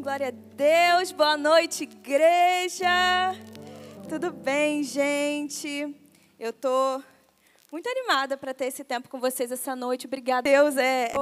Glória a Deus, boa noite, igreja. Tudo bem, gente? Eu tô muito animada para ter esse tempo com vocês essa noite. Obrigada, Deus.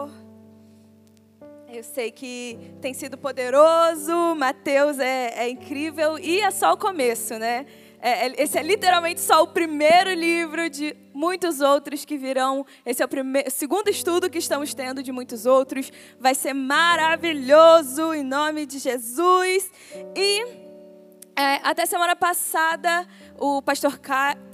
Eu sei que tem sido poderoso, Mateus é incrível e é só o começo, né? Esse é literalmente só o primeiro livro de muitos outros que virão. Esse é o segundo estudo que estamos tendo de muitos outros. Vai ser maravilhoso, em nome de Jesus. E até semana passada, o pastor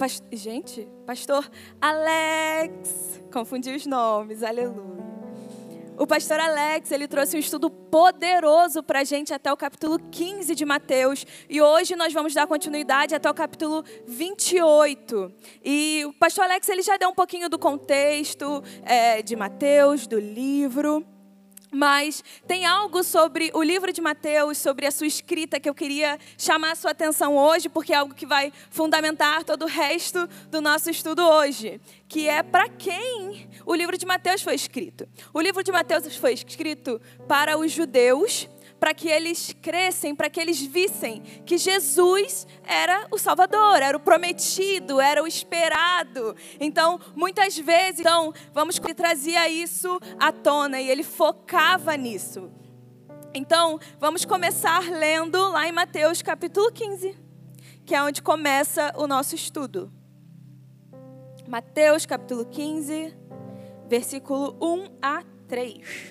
Alex, confundi os nomes, aleluia. O pastor Alex, ele trouxe um estudo poderoso para a gente até o capítulo 15 de Mateus. E hoje nós vamos dar continuidade até o capítulo 28. E o pastor Alex, ele já deu um pouquinho do contexto de Mateus, do livro. Mas tem algo sobre o livro de Mateus, sobre a sua escrita, que eu queria chamar a sua atenção hoje, porque é algo que vai fundamentar todo o resto do nosso estudo hoje, que é para quem o livro de Mateus foi escrito. O livro de Mateus foi escrito para os judeus, para que eles crescem, para que eles vissem que Jesus era o Salvador, era o prometido, era o esperado. Então, muitas vezes, ele trazia isso à tona e ele focava nisso. Então, vamos começar lendo lá em Mateus capítulo 15, que é onde começa o nosso estudo. Mateus capítulo 15, versículo 1 a 3.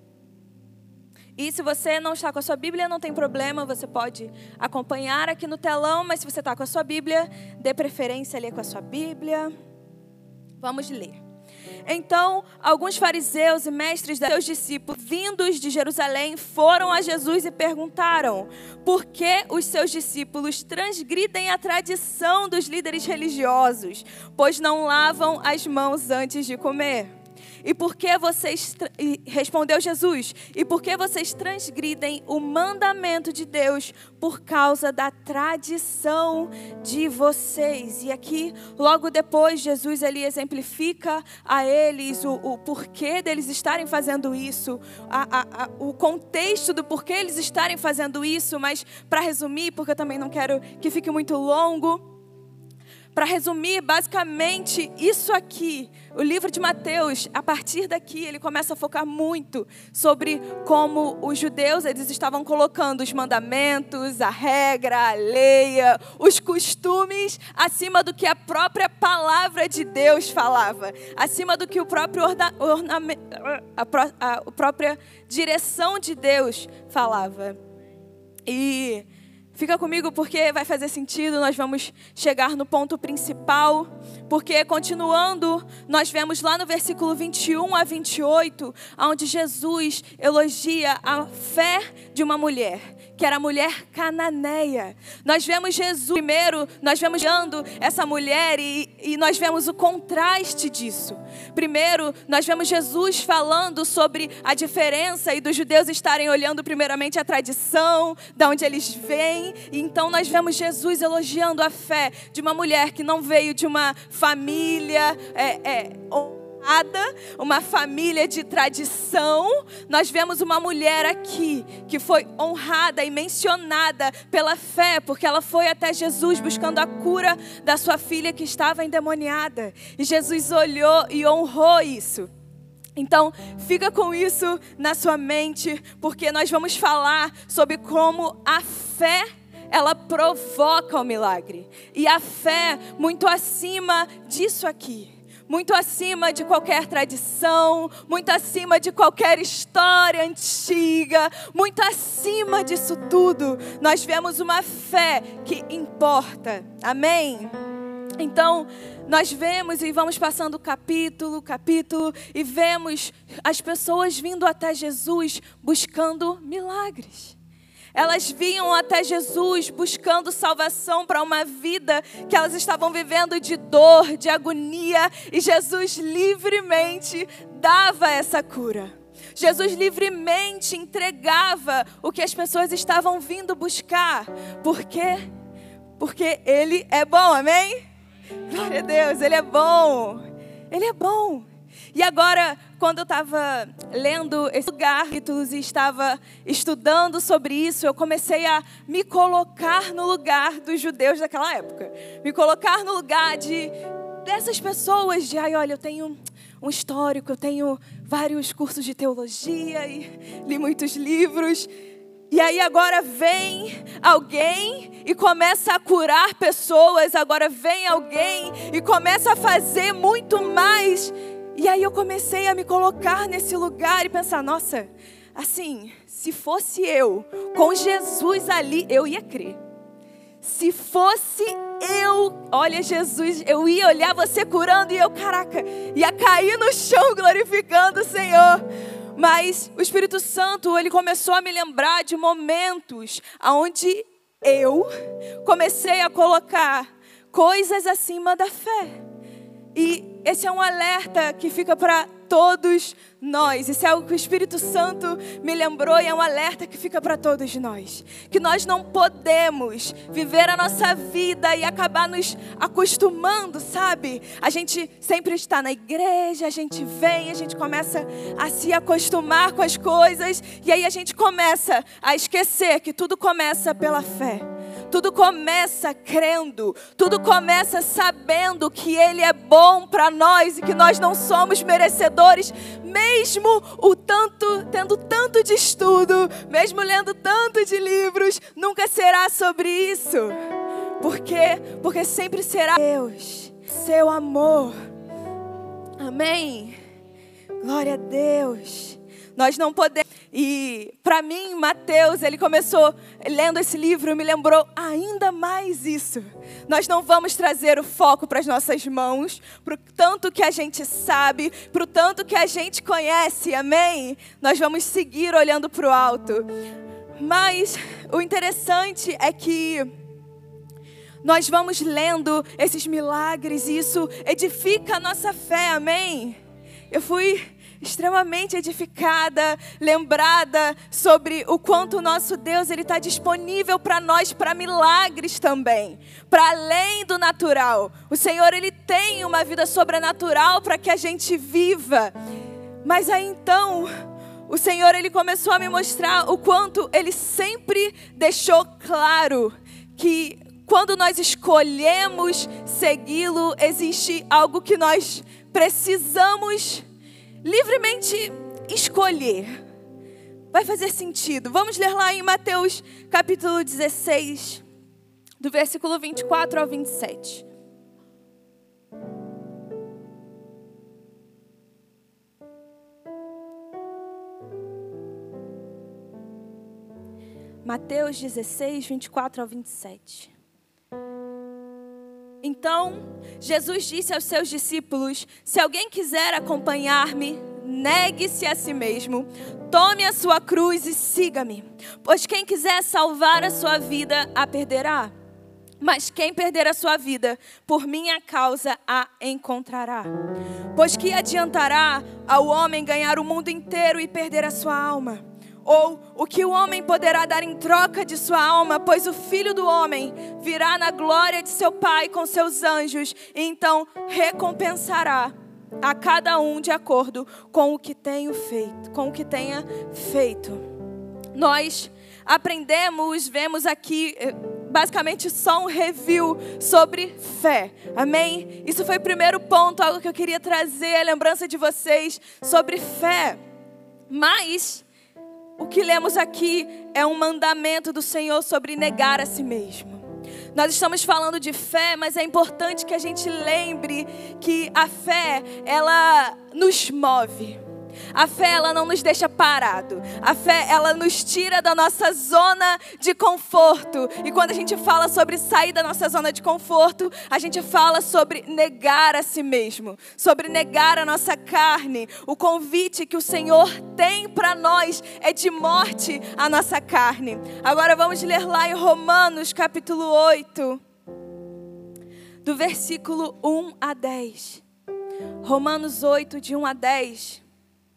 E se você não está com a sua Bíblia, não tem problema, você pode acompanhar aqui no telão, mas se você está com a sua Bíblia, dê preferência a ler com a sua Bíblia. Vamos ler. Então, alguns fariseus e mestres dos seus discípulos, vindos de Jerusalém, foram a Jesus e perguntaram: por que os seus discípulos transgridem a tradição dos líderes religiosos, pois não lavam as mãos antes de comer? Respondeu Jesus: e por que vocês transgridem o mandamento de Deus por causa da tradição de vocês? E aqui, logo depois, Jesus ali exemplifica a eles o porquê deles estarem fazendo isso, o contexto do porquê eles estarem fazendo isso, mas para resumir, porque eu também não quero que fique muito longo, para resumir, basicamente, isso aqui, o livro de Mateus, a partir daqui, ele começa a focar muito sobre como os judeus, eles estavam colocando os mandamentos, a regra, a lei, os costumes, acima do que a própria palavra de Deus falava, acima do que o próprio a própria direção de Deus falava. E fica comigo porque vai fazer sentido, nós vamos chegar no ponto principal, porque continuando, nós vemos lá no versículo 21 a 28, onde Jesus elogia a fé de uma mulher, que era a mulher cananeia. Nós vemos Jesus, primeiro, nós vemos essa mulher e nós vemos o contraste disso. Primeiro, nós vemos Jesus falando sobre a diferença e dos judeus estarem olhando primeiramente a tradição, de onde eles vêm. E então nós vemos Jesus elogiando a fé de uma mulher que não veio de uma família uma família de tradição. Nós vemos uma mulher aqui que foi honrada e mencionada pela fé, porque ela foi até Jesus buscando a cura da sua filha que estava endemoniada. E Jesus olhou e honrou isso. Então, fica com isso na sua mente, porque nós vamos falar sobre como a fé, ela provoca o milagre. E a fé muito acima disso aqui. Muito acima de qualquer tradição, muito acima de qualquer história antiga, muito acima disso tudo, nós vemos uma fé que importa. Amém? Então, nós vemos e vamos passando capítulo, e vemos as pessoas vindo até Jesus buscando milagres. Elas vinham até Jesus buscando salvação para uma vida que elas estavam vivendo de dor, de agonia. E Jesus livremente dava essa cura. Jesus livremente entregava o que as pessoas estavam vindo buscar. Por quê? Porque Ele é bom, amém? Glória a Deus, Ele é bom. Ele é bom. E agora, quando eu estava lendo esse lugar e estava estudando sobre isso, eu comecei a me colocar no lugar dos judeus daquela época. Me colocar no lugar dessas pessoas olha, eu tenho um histórico, eu tenho vários cursos de teologia e li muitos livros. E aí agora vem alguém e começa a curar pessoas, agora vem alguém e começa a fazer muito mais. E aí eu comecei a me colocar nesse lugar e pensar, nossa, assim, se fosse eu, com Jesus ali, eu ia crer. Se fosse eu, olha Jesus, eu ia olhar você curando e eu, caraca, ia cair no chão glorificando o Senhor. Mas o Espírito Santo, ele começou a me lembrar de momentos onde eu comecei a colocar coisas acima da fé. E esse é um alerta que fica para todos nós. Isso é algo que o Espírito Santo me lembrou e é um alerta que fica para todos nós. Que nós não podemos viver a nossa vida e acabar nos acostumando, sabe? A gente sempre está na igreja, a gente vem, a gente começa a se acostumar com as coisas e aí a gente começa a esquecer que tudo começa pela fé. Tudo começa crendo, tudo começa sabendo que Ele é bom para nós e que nós não somos merecedores, mesmo tendo tanto de estudo, mesmo lendo tanto de livros, nunca será sobre isso. Por quê? Porque sempre será Deus, seu amor. Amém? Glória a Deus. Nós não podemos... E para mim, Mateus, ele começou lendo esse livro, me lembrou ainda mais isso. Nós não vamos trazer o foco para as nossas mãos, para o tanto que a gente sabe, para o tanto que a gente conhece, amém? Nós vamos seguir olhando para o alto. Mas o interessante é que nós vamos lendo esses milagres e isso edifica a nossa fé, amém? Eu fui extremamente edificada, lembrada sobre o quanto o nosso Deus ele está disponível para nós, para milagres também, para além do natural. O Senhor ele tem uma vida sobrenatural para que a gente viva. Mas aí então, o Senhor ele começou a me mostrar o quanto Ele sempre deixou claro que quando nós escolhemos segui-lo, existe algo que nós precisamos livremente escolher. Vai fazer sentido. Vamos ler lá em Mateus capítulo 16, do versículo 24 ao 27. Mateus 16, 24 ao 27. Então, Jesus disse aos seus discípulos: se alguém quiser acompanhar-me, negue-se a si mesmo, tome a sua cruz e siga-me. Pois quem quiser salvar a sua vida, a perderá. Mas quem perder a sua vida, por minha causa, a encontrará. Pois que adiantará ao homem ganhar o mundo inteiro e perder a sua alma? Ou o que o homem poderá dar em troca de sua alma? Pois o Filho do Homem virá na glória de seu Pai com seus anjos, e então recompensará a cada um de acordo com o que tenha feito. Nós aprendemos, vemos aqui basicamente só um review sobre fé, amém? Isso foi o primeiro ponto, algo que eu queria trazer, a lembrança de vocês sobre fé. Mas o que lemos aqui é um mandamento do Senhor sobre negar a si mesmo. Nós estamos falando de fé, mas é importante que a gente lembre que a fé, ela nos move. A fé, ela não nos deixa parado. A fé, ela nos tira da nossa zona de conforto. E quando a gente fala sobre sair da nossa zona de conforto, a gente fala sobre negar a si mesmo, sobre negar a nossa carne. O convite que o Senhor tem para nós é de morte à nossa carne. Agora vamos ler lá em Romanos capítulo 8, do versículo 1 a 10. Romanos 8, de 1 a 10.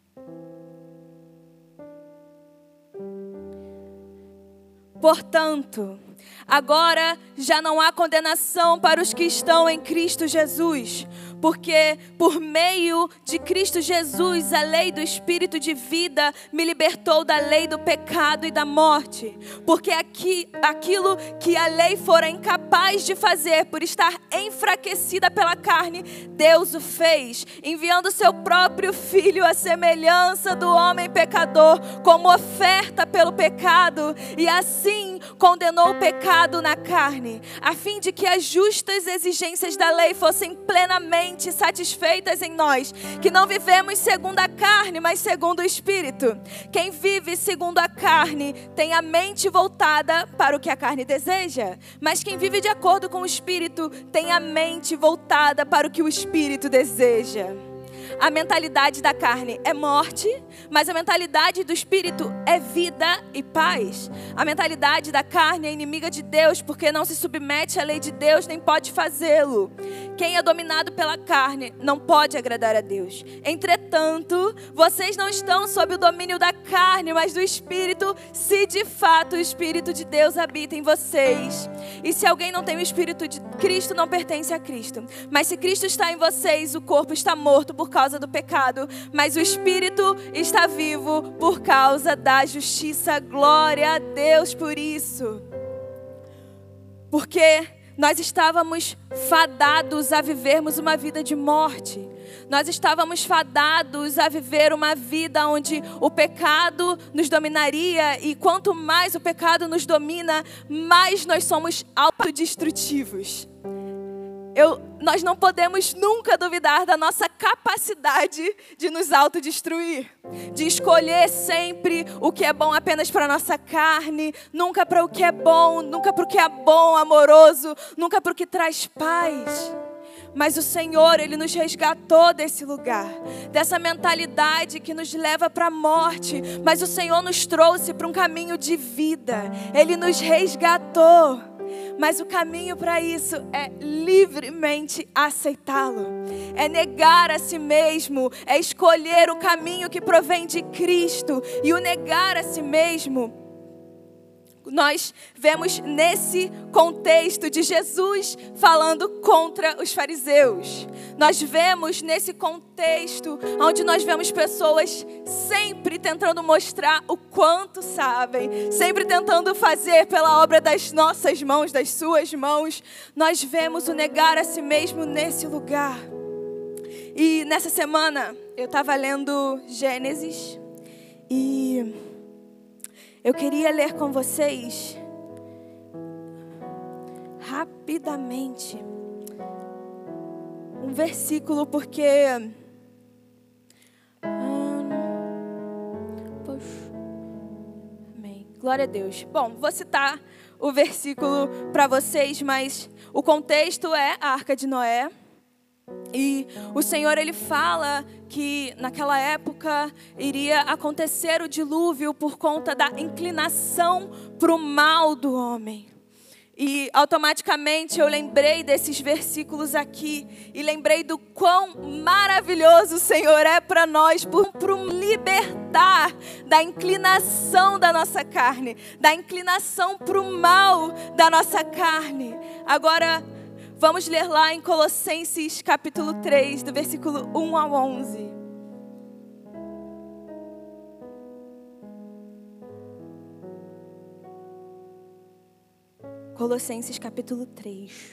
Portanto, agora já não há condenação para os que estão em Cristo Jesus, porque por meio de Cristo Jesus, a lei do Espírito de vida me libertou da lei do pecado e da morte. Porque aquilo que a lei fora incapaz de fazer, por estar enfraquecida pela carne, Deus o fez, enviando seu próprio Filho à semelhança do homem pecador, como oferta pelo pecado, e assim condenou o pecado na carne, a fim de que as justas exigências da lei fossem plenamente satisfeitas em nós, que não vivemos segundo a carne, mas segundo o Espírito. Quem vive segundo a carne tem a mente voltada para o que a carne deseja, mas quem vive de acordo com o Espírito tem a mente voltada para o que o Espírito deseja. A mentalidade da carne é morte, mas a mentalidade do Espírito é vida e paz. A mentalidade da carne é inimiga de Deus, porque não se submete à lei de Deus, nem pode fazê-lo. Quem é dominado pela carne não pode agradar a Deus. Entretanto, vocês não estão sob o domínio da carne, mas do Espírito, se de fato o Espírito de Deus habita em vocês. E se alguém não tem o Espírito de Cristo, não pertence a Cristo. Mas se Cristo está em vocês, o corpo está morto por causa do pecado, mas o Espírito está vivo por causa da justiça. Glória a Deus por isso. Porque nós estávamos fadados a vivermos uma vida de morte. Nós estávamos fadados a viver uma vida onde o pecado nos dominaria, e quanto mais o pecado nos domina, mais nós somos autodestrutivos. Nós não podemos nunca duvidar da nossa capacidade de nos autodestruir, de escolher sempre o que é bom apenas para a nossa carne, nunca para o que é bom, nunca para o que é bom, amoroso, nunca para o que traz paz. Mas o Senhor, Ele nos resgatou desse lugar, dessa mentalidade que nos leva para a morte. Mas o Senhor nos trouxe para um caminho de vida, Ele nos resgatou. Mas o caminho para isso é livremente aceitá-lo. É negar a si mesmo, é escolher o caminho que provém de Cristo. E o negar a si mesmo, nós vemos nesse contexto de Jesus falando contra os fariseus. Nós vemos nesse contexto onde nós vemos pessoas sempre tentando mostrar o quanto sabem, sempre tentando fazer pela obra das nossas mãos, das suas mãos. Nós vemos o negar a si mesmo nesse lugar. E nessa semana eu estava lendo Gênesis e eu queria ler com vocês rapidamente um versículo, porque amém. Glória a Deus. Bom, vou citar o versículo para vocês, mas o contexto é a Arca de Noé. E o Senhor, Ele fala que naquela época iria acontecer o dilúvio por conta da inclinação para o mal do homem. E automaticamente eu lembrei desses versículos aqui e lembrei do quão maravilhoso o Senhor é para nós, por libertar da inclinação da nossa carne, da inclinação para o mal da nossa carne. Agora, vamos ler lá em Colossenses capítulo 3, do versículo 1 ao 11. Colossenses capítulo 3.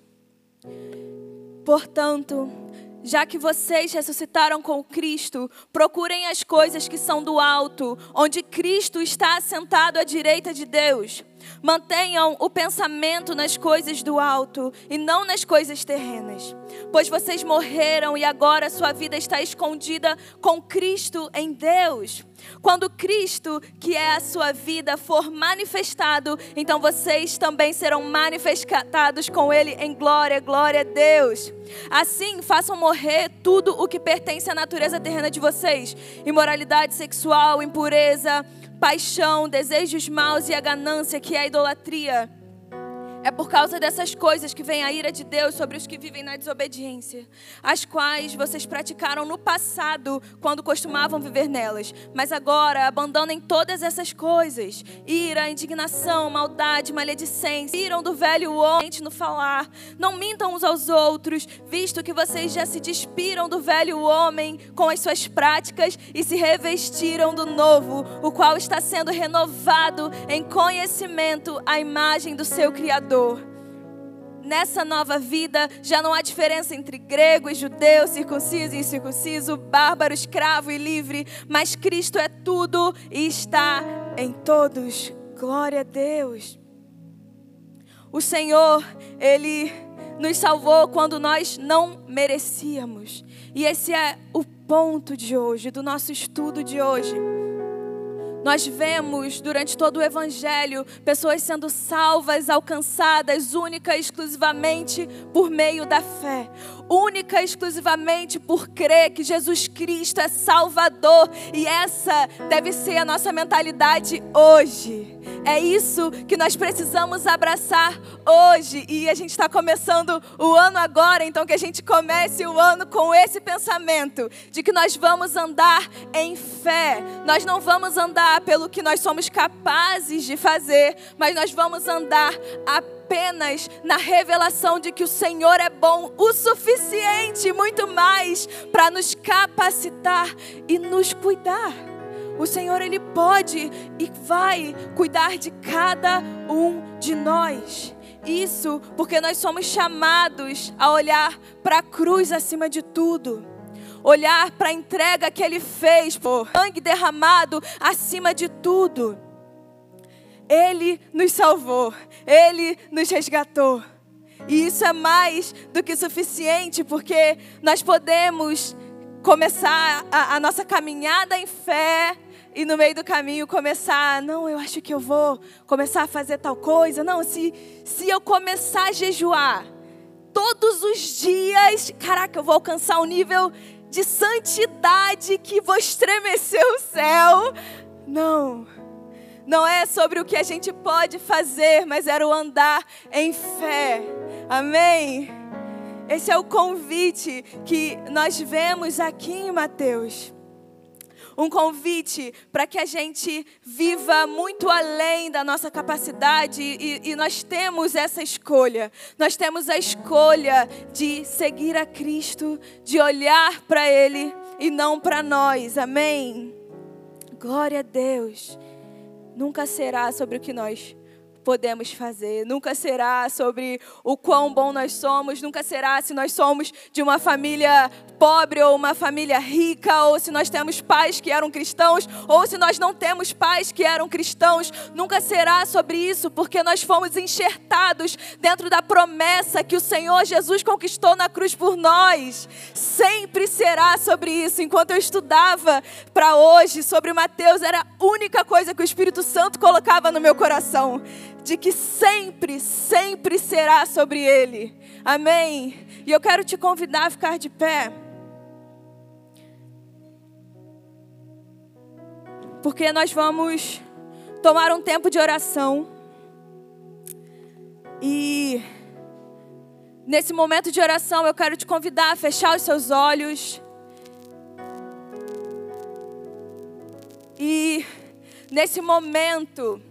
Portanto, já que vocês ressuscitaram com Cristo, procurem as coisas que são do alto, onde Cristo está assentado à direita de Deus. Mantenham o pensamento nas coisas do alto e não nas coisas terrenas. Pois vocês morreram e agora sua vida está escondida com Cristo em Deus. Quando Cristo, que é a sua vida, for manifestado, então vocês também serão manifestados com Ele em glória, glória a Deus. Assim, façam morrer tudo o que pertence à natureza terrena de vocês: imoralidade sexual, impureza, paixão, desejos maus e a ganância, que é a idolatria. É por causa dessas coisas que vem a ira de Deus sobre os que vivem na desobediência, as quais vocês praticaram no passado, quando costumavam viver nelas. Mas agora abandonem todas essas coisas: ira, indignação, maldade, maledicência. Iram do velho homem no falar. Não mintam uns aos outros, visto que vocês já se despiram do velho homem com as suas práticas e se revestiram do novo, o qual está sendo renovado em conhecimento à imagem do seu Criador. Nessa nova vida, já não há diferença entre grego e judeu, circunciso e incircunciso, bárbaro, escravo e livre, mas Cristo é tudo e está em todos. Glória a Deus. O Senhor, Ele nos salvou quando nós não merecíamos. E esse é o ponto de hoje, do nosso estudo de hoje. Nós vemos durante todo o Evangelho pessoas sendo salvas, alcançadas, única e exclusivamente por meio da fé. Única e exclusivamente por crer que Jesus Cristo é Salvador. E essa deve ser a nossa mentalidade hoje. É isso que nós precisamos abraçar hoje. E a gente está começando o ano agora, então que a gente comece o ano com esse pensamento de que nós vamos andar em fé. Nós não vamos andar pelo que nós somos capazes de fazer, mas nós vamos andar apenas na revelação de que o Senhor é bom o suficiente, muito mais, para nos capacitar e nos cuidar. O Senhor, Ele pode e vai cuidar de cada um de nós. Isso porque nós somos chamados a olhar para a cruz acima de tudo. Olhar para a entrega que Ele fez, por sangue derramado acima de tudo. Ele nos salvou, Ele nos resgatou. E isso é mais do que suficiente, porque nós podemos começar a nossa caminhada em fé e no meio do caminho começar, não, eu acho que eu vou começar a fazer tal coisa. Não, se eu começar a jejuar todos os dias, caraca, eu vou alcançar um nível de santidade que vou estremecer o céu. Não é sobre o que a gente pode fazer, mas era o andar em fé. Amém? Esse é o convite que nós vemos aqui em Mateus. Um convite para que a gente viva muito além da nossa capacidade e nós temos essa escolha. Nós temos a escolha de seguir a Cristo, de olhar para Ele e não para nós. Amém? Glória a Deus. Nunca será sobre o que nós podemos fazer, nunca será sobre o quão bom nós somos, nunca será se nós somos de uma família pobre ou uma família rica, ou se nós temos pais que eram cristãos, ou se nós não temos pais que eram cristãos. Nunca será sobre isso, porque nós fomos enxertados dentro da promessa que o Senhor Jesus conquistou na cruz por nós. Sempre será sobre isso. Enquanto eu estudava para hoje sobre Mateus, era a única coisa que o Espírito Santo colocava no meu coração, de que sempre, sempre será sobre Ele. Amém? E eu quero te convidar a ficar de pé, porque nós vamos tomar um tempo de oração. E nesse momento de oração eu quero te convidar a fechar os seus olhos. E nesse momento,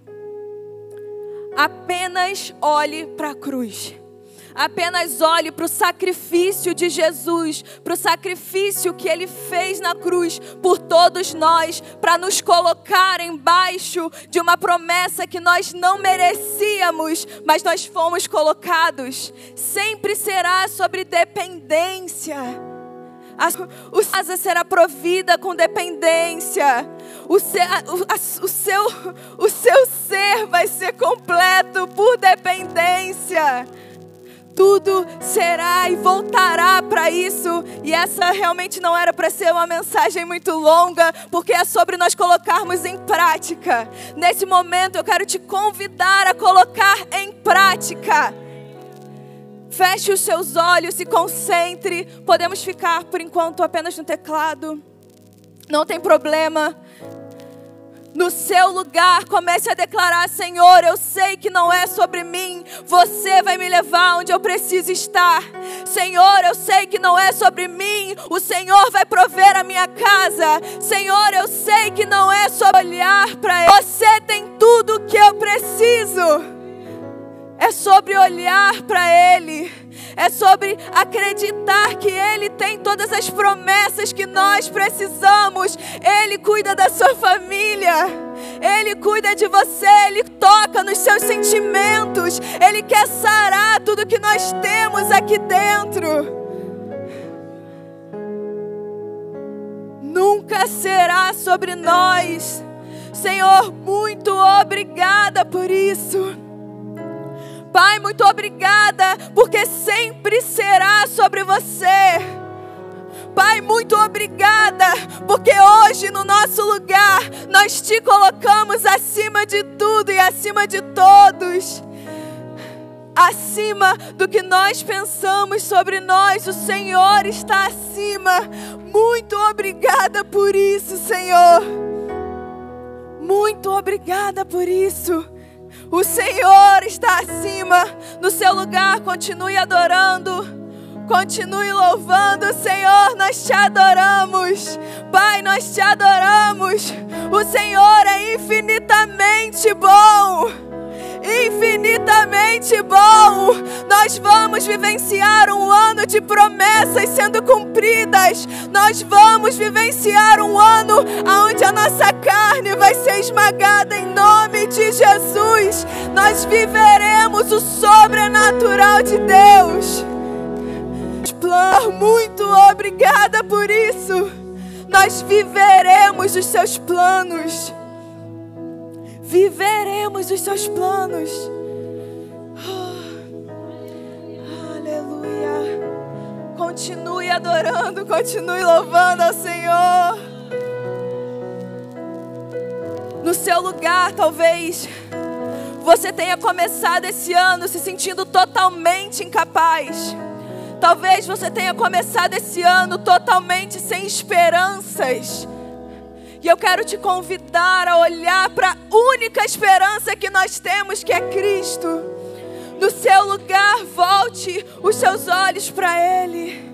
apenas olhe para a cruz. Apenas olhe para o sacrifício de Jesus, para o sacrifício que Ele fez na cruz por todos nós, para nos colocar embaixo de uma promessa que nós não merecíamos, mas nós fomos colocados. Sempre será sobre dependência. A casa será provida com dependência. O seu ser vai ser completo por dependência. Tudo será e voltará para isso. E essa realmente não era para ser uma mensagem muito longa, porque é sobre nós colocarmos em prática. Nesse momento eu quero te convidar a colocar em prática. Feche os seus olhos, se concentre. Podemos ficar por enquanto apenas no teclado. Não tem problema. No seu lugar, comece a declarar: Senhor, eu sei que não é sobre mim, você vai me levar onde eu preciso estar. Senhor, eu sei que não é sobre mim, o Senhor vai prover a minha casa. Senhor, eu sei que não é sobre olhar para Ele, você tem tudo o que eu preciso. É sobre olhar para Ele, é sobre acreditar que Ele tem todas as promessas que nós precisamos. Ele cuida da sua família, Ele cuida de você, Ele toca nos seus sentimentos, Ele quer sarar tudo que nós temos aqui dentro. Nunca será sobre nós. Senhor, muito obrigada por isso. Pai, muito obrigada, porque sempre será sobre você. Pai, muito obrigada, porque hoje no nosso lugar, nós te colocamos acima de tudo e acima de todos. Acima do que nós pensamos sobre nós, o Senhor está acima. Muito obrigada por isso, Senhor. Muito obrigada por isso. O Senhor está acima. No seu lugar, continue adorando, continue louvando. Senhor, nós te adoramos. Pai, nós te adoramos. O Senhor é infinitamente bom. Infinitamente bom. Nós vamos vivenciar um ano de promessas sendo cumpridas. Nós vamos vivenciar um ano onde a nossa carne vai ser esmagada em nome de Jesus. Nós viveremos o sobrenatural de Deus. Muito obrigada por isso. Nós viveremos os seus planos. Viveremos os seus planos. Oh, aleluia. Continue adorando, continue louvando ao Senhor. No seu lugar, talvez você tenha começado esse ano se sentindo totalmente incapaz. Talvez você tenha começado esse ano totalmente sem esperanças. E eu quero te convidar a olhar para a única esperança que nós temos, que é Cristo. No seu lugar, volte os seus olhos para Ele.